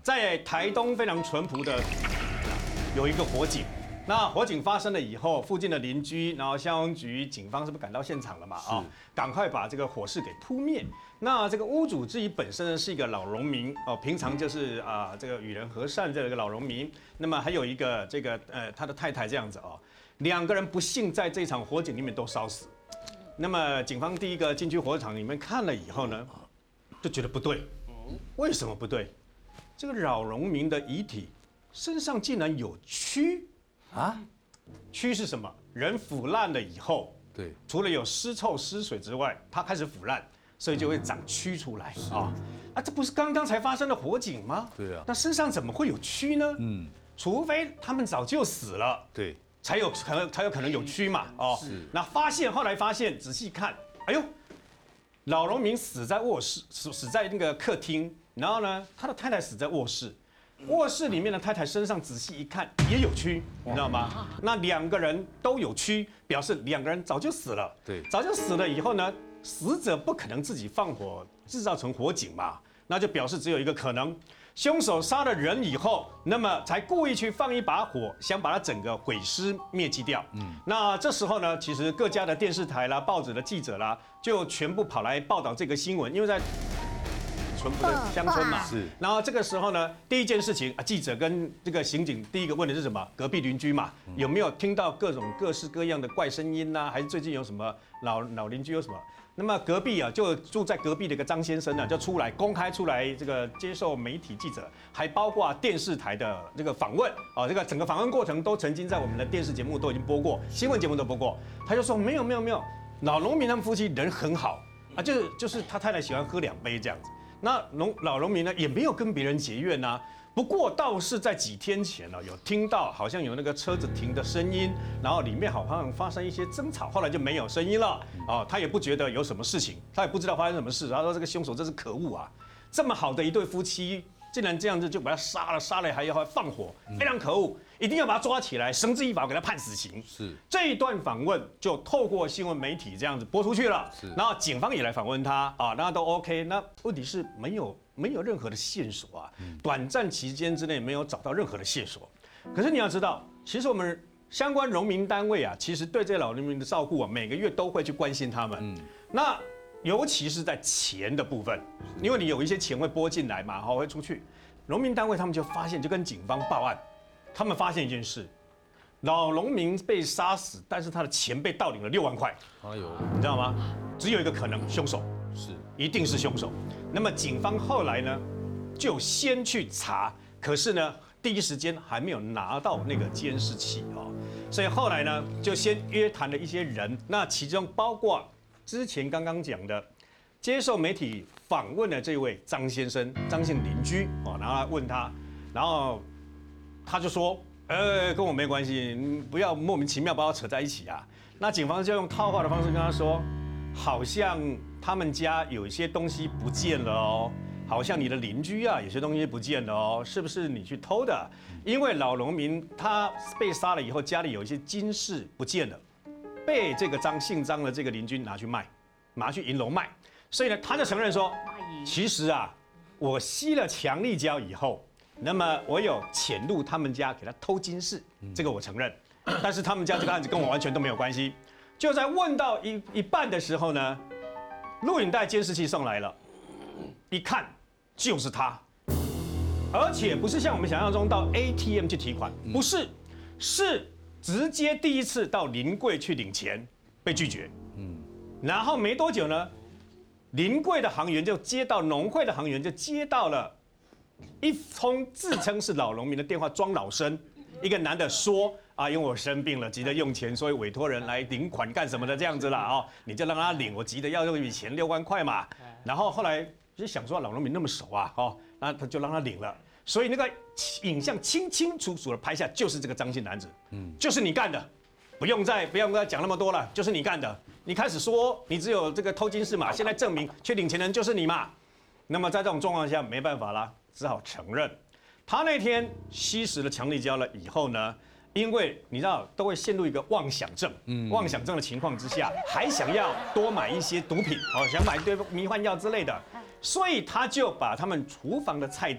在台东非常淳朴的有一个火警。那火警发生了以后，附近的邻居，然后消防局、警方是不是赶到现场了嘛？啊，赶快把这个火势给扑灭。那这个屋主自己本身呢是一个老农民哦，平常就是这个与人和善这个老农民。那么还有一个这个他的太太这样子哦，两个人不幸在这场火警里面都烧死。那么警方第一个进去火场里面看了以后呢，就觉得不对，为什么不对？这个老农民的遗体身上竟然有蛆。蛆是什么？人腐烂了以后， 对， 除了有尸臭、尸水之外，它开始腐烂，所以就会长蛆出来这不是刚刚才发生的火警吗？ 对啊， 那身上怎么会有蛆呢？除非他们早就死了， 对， 才有可能有蛆嘛。是。那后来发现，仔细看，哎呦，老农民死在卧室，死在那个客厅，然后呢，他的太太死在卧室。卧室里面的太太身上仔细一看也有蛆，你知道吗？那两个人都有蛆，表示两个人早就死了。 对， 早就死了以后呢，死者不可能自己放火制造成火警嘛，那就表示只有一个可能，凶手杀了人以后，那么才故意去放一把火，想把它整个毁尸灭迹掉。那这时候呢，其实各家的电视台啦、报纸的记者啦，就全部跑来报道这个新闻，因为在淳朴的乡村嘛，是。然后这个时候呢，第一件事情记者跟这个刑警第一个问的是什么？隔壁邻居嘛，有没有听到各式各样的怪声音呐？还是最近有什么老邻居有什么？那么隔壁就住在隔壁的一个张先生呢，就公开出来这个接受媒体记者，还包括电视台的这个访问这个整个访问过程都曾经在我们的电视节目都已经播过，新闻节目都播过。他就说没有，老农民他们夫妻人很好就是他太太喜欢喝2杯这样子。那老农民呢也没有跟别人结怨呐，不过倒是在几天前有听到好像有那个车子停的声音，然后里面好像发生一些争吵，后来就没有声音了他也不觉得有什么事情，他也不知道发生什么事。他说这个凶手真是可恶啊，这么好的一对夫妻竟然这样子就把他杀了还要放火，非常可恶，一定要把他抓起来，绳之以法，给他判死刑。是这一段访问就透过新闻媒体这样子播出去了，然后警方也来访问他那都 OK。那问题是没有任何的线索短暂期间之内没有找到任何的线索。可是你要知道，其实我们相关农民单位其实对这些老农民的照顾每个月都会去关心他们。那尤其是在钱的部分，因为你有一些钱会拨进来嘛，会出去。农民单位他们就发现，就跟警方报案，他们发现一件事：老农民被杀死，但是他的钱被盗领了6万块。哎呦，你知道吗？只有一个可能，凶手一定是凶手。那么警方后来呢，就先去查，可是呢，第一时间还没有拿到那个监视器所以后来呢，就先约谈了一些人，那其中包括之前刚刚讲的，接受媒体访问的这位张先生，张姓邻居然后来问他，然后他就说，跟我没关系，你不要莫名其妙把我扯在一起啊。那警方就用套话的方式跟他说，好像他们家有一些东西不见了好像你的邻居有些东西不见了是不是你去偷的？因为老农民他被杀了以后，家里有一些金饰不见了。被这个姓张的这个邻居拿去银楼卖，所以呢，他就承认说，其实我吸了强力胶以后，那么我有潜入他们家给他偷金饰，这个我承认，但是他们家这个案子跟我完全都没有关系。就在问到一半的时候呢，录影带监视器送来了，一看就是他，而且不是像我们想象中到 ATM 去提款，不是，是直接第一次到临柜去领钱，被拒绝。然后没多久呢，临柜的行员就接到农会的行员就接到了一通自称是老农民的电话，装老生。一个男的说因为我生病了，急着用钱，所以委托人来领款干什么的这样子啦你就让他领，我急着要用一笔钱6万块嘛。然后后来就想说老农民那么熟那他就让他领了。所以那个影像清清楚楚的拍下，就是这个张姓男子，就是你干的，不用再讲那么多了，就是你干的。你开始说你只有这个偷金饰嘛，现在证明去领钱人就是你嘛。那么在这种状况下，没办法啦，只好承认，他那天吸食了强力胶了以后呢，因为你知道都会陷入一个妄想症，妄想症的情况之下，还想要多买一些毒品想买一堆迷幻药之类的，所以他就把他们厨房的菜刀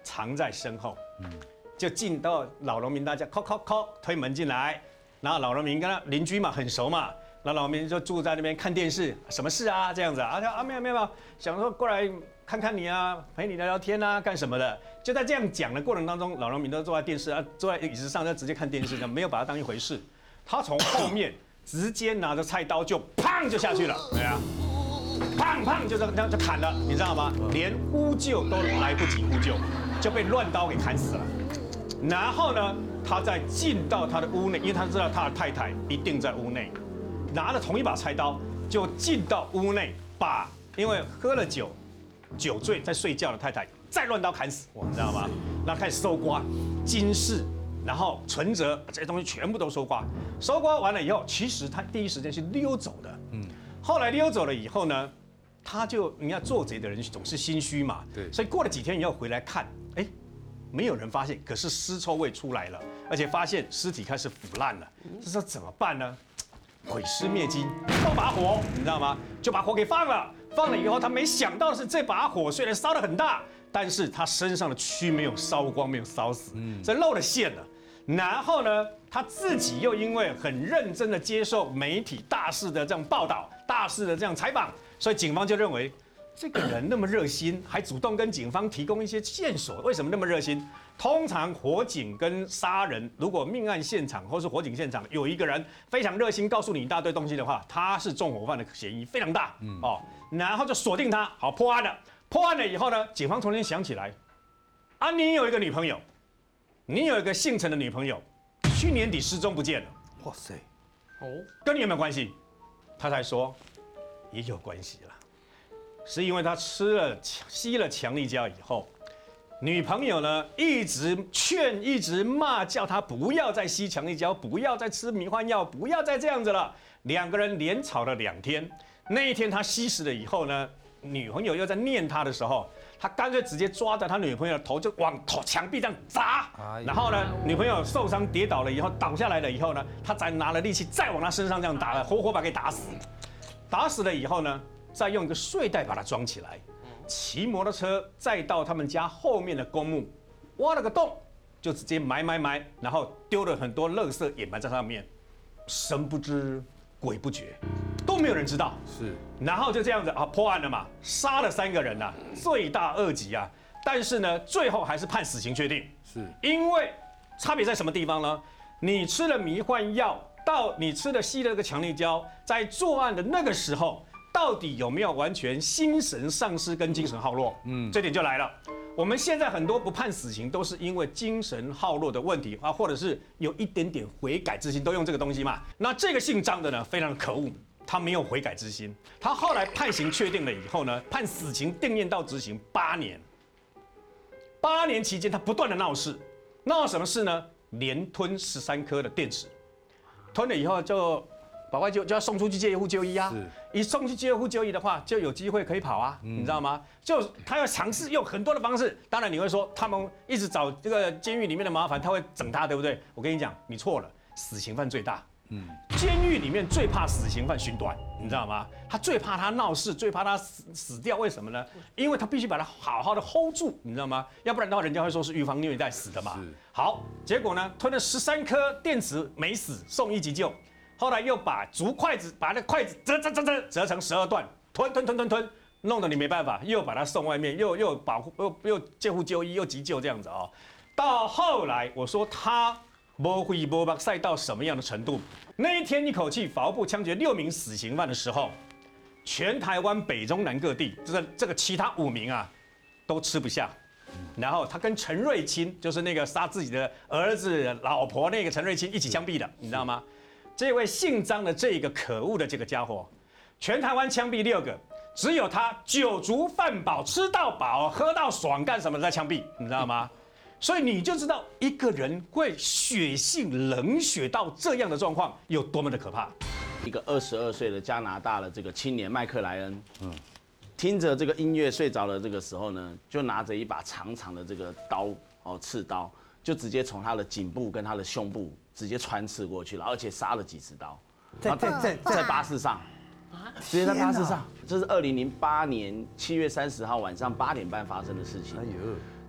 藏在身后，就进到老农民大家敲推门进来，然后老农民跟他邻居嘛很熟嘛，那老农民就住在那边看电视，什么事啊这样子啊没有，想说过来看看你啊，陪你聊聊天啊，干什么的？就在这样讲的过程当中，老农民都坐在电视啊，坐在椅子上就直接看电视，没有把它当一回事。他从后面直接拿着菜刀就砰就下去了，对啊。砰就这样就砍了，你知道吗？连呼救都来不及呼救，就被乱刀给砍死了。然后呢，他再进到他的屋内，因为他知道他的太太一定在屋内，拿着同一把菜刀就进到屋内，把因为喝了酒醉在睡觉的太太再乱刀砍死，你知道吗？然后开始搜刮金饰，然后存折这些东西全部都搜刮。搜刮完了以后，其实他第一时间是溜走的，后来溜走了以后呢，他就你看做贼的人总是心虚嘛，对，所以过了几天以后回来看，没有人发现，可是尸臭味出来了，而且发现尸体开始腐烂了，这时候怎么办呢？毁尸灭迹，放把火，你知道吗？就把火给放了，放了以后，他没想到的是这把火虽然烧得很大，但是他身上的蛆没有烧光，没有烧死，这露了馅了。然后呢，他自己又因为很认真的接受媒体大肆的这样报道、大肆的这样采访，所以警方就认为这个人那么热心，还主动跟警方提供一些线索。为什么那么热心？通常火警跟杀人，如果命案现场或是火警现场有一个人非常热心，告诉你一大堆东西的话，他是纵火犯的嫌疑非常大哦。然后就锁定他，好破案了。破案了以后呢，警方突然想起来，啊，你有一个女朋友。你有一个姓陈的女朋友，去年底失踪不见了。哇塞，跟你有没有关系？他才说也有关系了，是因为他吸了强力胶以后，女朋友呢一直劝、一直骂，叫他不要再吸强力胶，不要再吃迷幻药，不要再这样子了。两个人连吵了2天。那一天他吸食了以后呢，女朋友又在念他的时候。他干脆直接抓着他女朋友的头就往墙壁这样砸，然后呢，女朋友受伤跌倒了以后倒下来了以后呢，他再拿了力气再往他身上这样打了，活活把他给打死。打死了以后呢，再用一个睡袋把它装起来，骑摩托车再到他们家后面的公墓，挖了个洞，就直接埋，然后丢了很多垃圾掩埋在上面，神不知鬼不觉。都没有人知道，是，然后就这样子啊，破案了嘛，杀了3个人呐，罪大恶极啊。但是呢，最后还是判死刑确定，是因为差别在什么地方呢？你吃了迷幻药，到你吸了个强力胶，在作案的那个时候，到底有没有完全心神丧失跟精神耗弱？这点就来了。我们现在很多不判死刑，都是因为精神耗弱的问题啊，或者是有一点点悔改之心，都用这个东西嘛。那这个姓张的呢，非常的可恶。他没有悔改之心，他后来判刑确定了以后呢，判死刑定验到执行8年。8年期间，他不断的闹事，闹什么事呢？连吞13颗的电池，吞了以后就赶快就要送出去戒护就医啊。一送去戒护就医的话，就有机会可以跑啊，你知道吗？就他要尝试用很多的方式。当然你会说，他们一直找这个监狱里面的麻烦，他会整他，对不对？我跟你讲，你错了，死刑犯最大。监狱里面最怕死刑犯寻短，你知道吗？他最怕他闹事，最怕他死掉。为什么呢？因为他必须把他好好的 hold 住，你知道吗？要不然的话，人家会说是预防虐待死的嘛。好，结果呢，吞了13颗电池没死，送医急救。后来又把竹筷子，把那筷子折成12段，吞，弄得你没办法，又把他送外面，又戒护就医，又急救这样子哦。到后来，我说他。没灰没白晒到什么样的程度？那一天一口气法务部枪决6名死刑犯的时候，全台湾北中南各地，这个其他5名啊，都吃不下。然后他跟陈瑞清，就是那个杀自己的儿子、老婆那个陈瑞清一起枪毙的，你知道吗？这位姓张的这个可恶的这个家伙，全台湾枪毙6个，只有他酒足饭饱、吃到饱、喝到爽，干什么在枪毙？你知道吗？所以你就知道一个人会血性冷血到这样的状况有多么的可怕。 一个22岁的加拿大的这个青年麦克莱恩，听着这个音乐睡着的这个时候呢，就拿着一把长长的这个刀刺刀，就直接从他的颈部跟他的胸部直接穿刺过去了，而且杀了几十刀。在巴士上，直接在巴士上，这是2008年7月30号晚上8点半发生的事情。哎呦。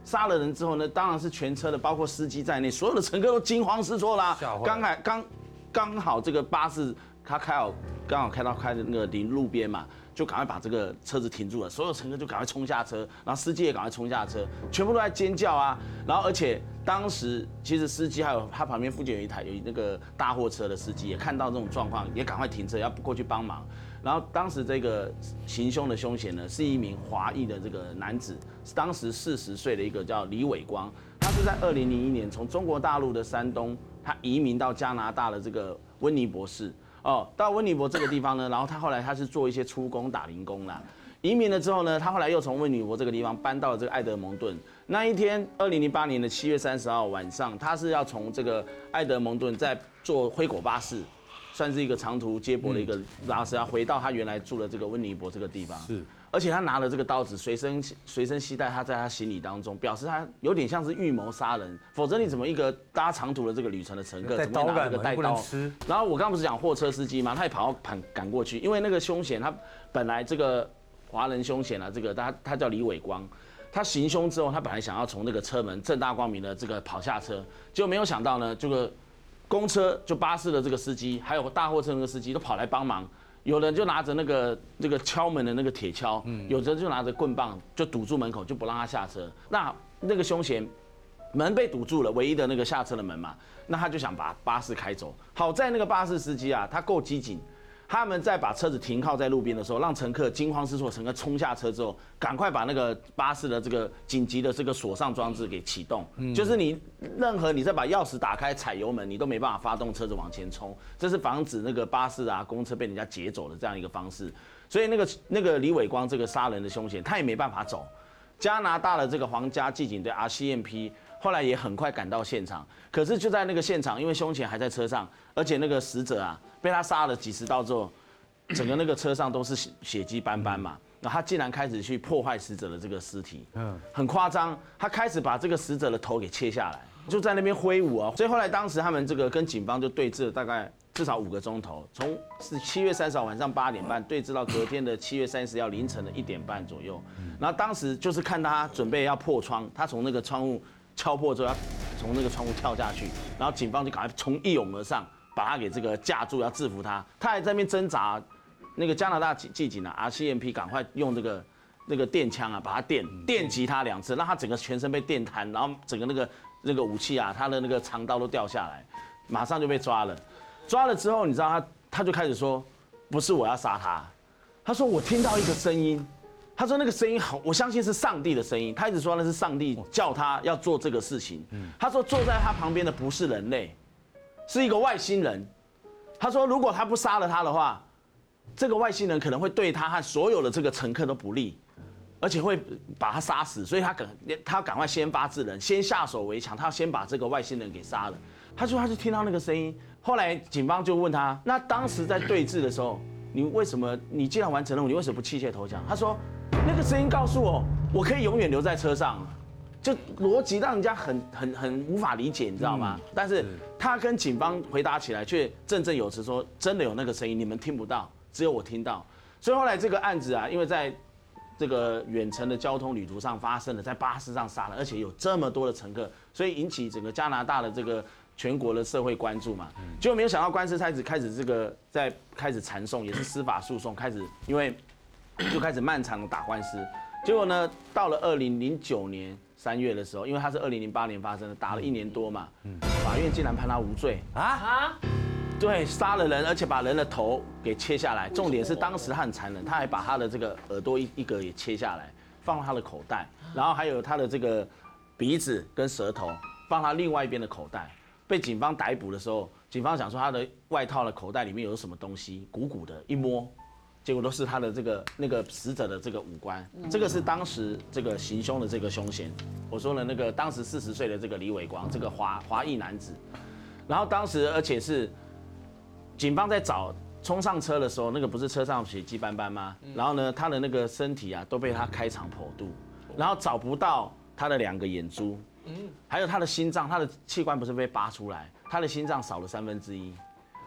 杀了人之后呢，当然是全车的，包括司机在内，所有的乘客都惊慌失措啦。刚好这个巴士他刚好开到那个临路边嘛，就赶快把这个车子停住了，所有乘客就赶快冲下车，然后司机也赶快冲下车，全部都在尖叫啊。然后而且当时其实司机还有他旁边附近有那个大货车的司机也看到这种状况，也赶快停车要过去帮忙。然后当时这个行凶的凶嫌呢，是一名华裔的这个男子，当时40岁的一个叫李伟光，他是在2001年从中国大陆的山东，他移民到加拿大的这个温尼伯市。到温尼伯这个地方呢，然后他后来是做一些出工打零工啦。移民了之后呢，他后来又从温尼伯这个地方搬到了这个埃德蒙顿。那一天，2008年的7月30号晚上，他是要从这个埃德蒙顿再坐灰狗巴士。算是一个长途接驳的一个巴士，要回到他原来住的这个温尼伯这个地方。 是， 而且他拿了这个刀子随身携带，他在他行李当中，表示他有点像是预谋杀人。否则你怎么一个搭长途的这个旅程的乘客，怎么拿这个带刀？然后我刚不是讲货车司机吗？他也跑到赶过去，因为那个凶险，他本来这个华人凶险啊，这个他叫李伟光。他行凶之后，他本来想要从那个车门正大光明的这个跑下车，结果没有想到呢，这个公车就巴士的这个司机，还有大货车那个司机都跑来帮忙，有人就拿着那个敲门的那个铁锹，有人就拿着棍棒就堵住门口，就不让他下车。那个凶嫌门被堵住了，唯一的那个下车的门嘛，那他就想把巴士开走。好在那个巴士司机啊，他够机警。他们在把车子停靠在路边的时候，让乘客惊慌失措，乘客冲下车之后，赶快把那个巴士的这个紧急的这个锁上装置给启动。就是你再把钥匙打开踩油门，你都没办法发动车子往前冲，这是防止那个巴士啊、公车被人家劫走的这样一个方式。所以那个李伟光这个杀人的凶嫌，他也没办法走。加拿大的这个皇家骑警队 RCMP 后来也很快赶到现场，可是就在那个现场，因为凶嫌还在车上，而且那个死者啊被他杀了几十刀之后，整个那个车上都是血迹斑斑嘛，然后他竟然开始去破坏死者的这个尸体，很夸张，他开始把这个死者的头给切下来，就在那边挥舞啊，所以后来当时他们这个跟警方就对峙了大概至少5个钟头，从7月30号晚上8点半对峙到隔天的7月30号凌晨的1点半左右，然后当时就是看他准备要破窗，他从那个窗户敲破之后，要从那个窗户跳下去，然后警方就赶快一拥而上，把他给这个架住，要制服他。他还在那边挣扎，那个加拿大骑警啊 RCMP 赶快用那个电枪啊，把他电击他2次，让他整个全身被电瘫，然后整个那个武器啊，他的那个长刀都掉下来，马上就被抓了。抓了之后，你知道他就开始说，不是我要杀他，他说我听到一个声音。他说那个声音好，我相信是上帝的声音。他一直说那是上帝叫他要做这个事情。他说坐在他旁边的不是人类，是一个外星人。他说如果他不杀了他的话，这个外星人可能会对他和所有的这个乘客都不利，而且会把他杀死。所以他赶快先发制人，先下手为强，他要先把这个外星人给杀了。他说他就听到那个声音，后来警方就问他，那当时在对峙的时候，你既然完成任务，你为什么不弃械投降？他说。那个声音告诉我可以永远留在车上，就逻辑让人家很无法理解，你知道吗？但是他跟警方回答起来却振振有词说，真的有那个声音，你们听不到，只有我听到。所以后来这个案子啊，因为在这个远程的交通旅途上发生了，在巴士上杀了，而且有这么多的乘客，所以引起整个加拿大的这个全国的社会关注嘛。结果没有想到官司开始这个开始缠讼，也是司法诉讼开始，因为就开始漫长的打官司，结果呢，到了2009年3月的时候，因为他是2008年发生的，打了1年多嘛，法院竟然判他无罪啊！对，杀了人，而且把人的头给切下来。重点是当时他很残忍，他还把他的这个耳朵一个也切下来，放到他的口袋，然后还有他的这个鼻子跟舌头放他另外一边的口袋。被警方逮捕的时候，警方想说他的外套的口袋里面有什么东西，鼓鼓的，一摸。结果都是他的那个死者的这个五官，这个是当时这个行凶的这个凶嫌。我说了那个当时40岁的这个李伟光，这个华裔男子，然后当时而且是警方在冲上车的时候，那个不是车上血迹斑斑吗？然后呢，他的那个身体啊都被他开肠破肚，然后找不到他的2个眼珠，还有他的心脏，他的器官不是被拔出来，他的心脏少了1/3。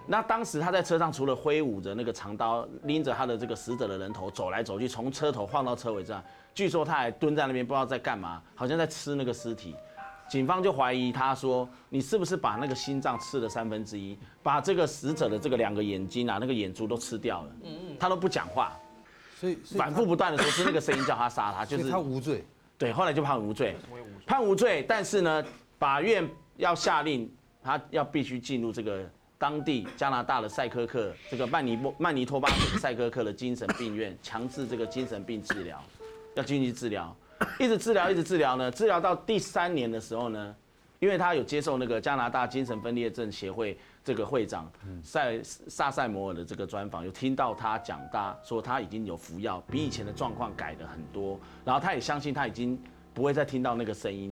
那当时他在车上除了挥舞着那个长刀，拎着他的这个死者的人头走来走去，从车头晃到车尾这样，据说他还蹲在那边不知道在干嘛，好像在吃那个尸体。警方就怀疑他说，你是不是把那个心脏吃了1/3，把这个死者的这个2个眼睛啊、那个眼珠都吃掉了，他都不讲话， 所以反复不断的说是那个声音叫他杀他，就是他无罪。 对，后来就判无罪，判无罪，但是呢，法院要下令他要必须进入这个当地加拿大的赛科克这个曼尼托巴省赛科克的精神病院，强制这个精神病治疗，要进去治疗，一直治疗呢，治疗到第3年的时候呢，因为他有接受那个加拿大精神分裂症协会这个会长萨塞摩尔的这个专访，有听到他讲说他已经有服药，比以前的状况改了很多，然后他也相信他已经不会再听到那个声音。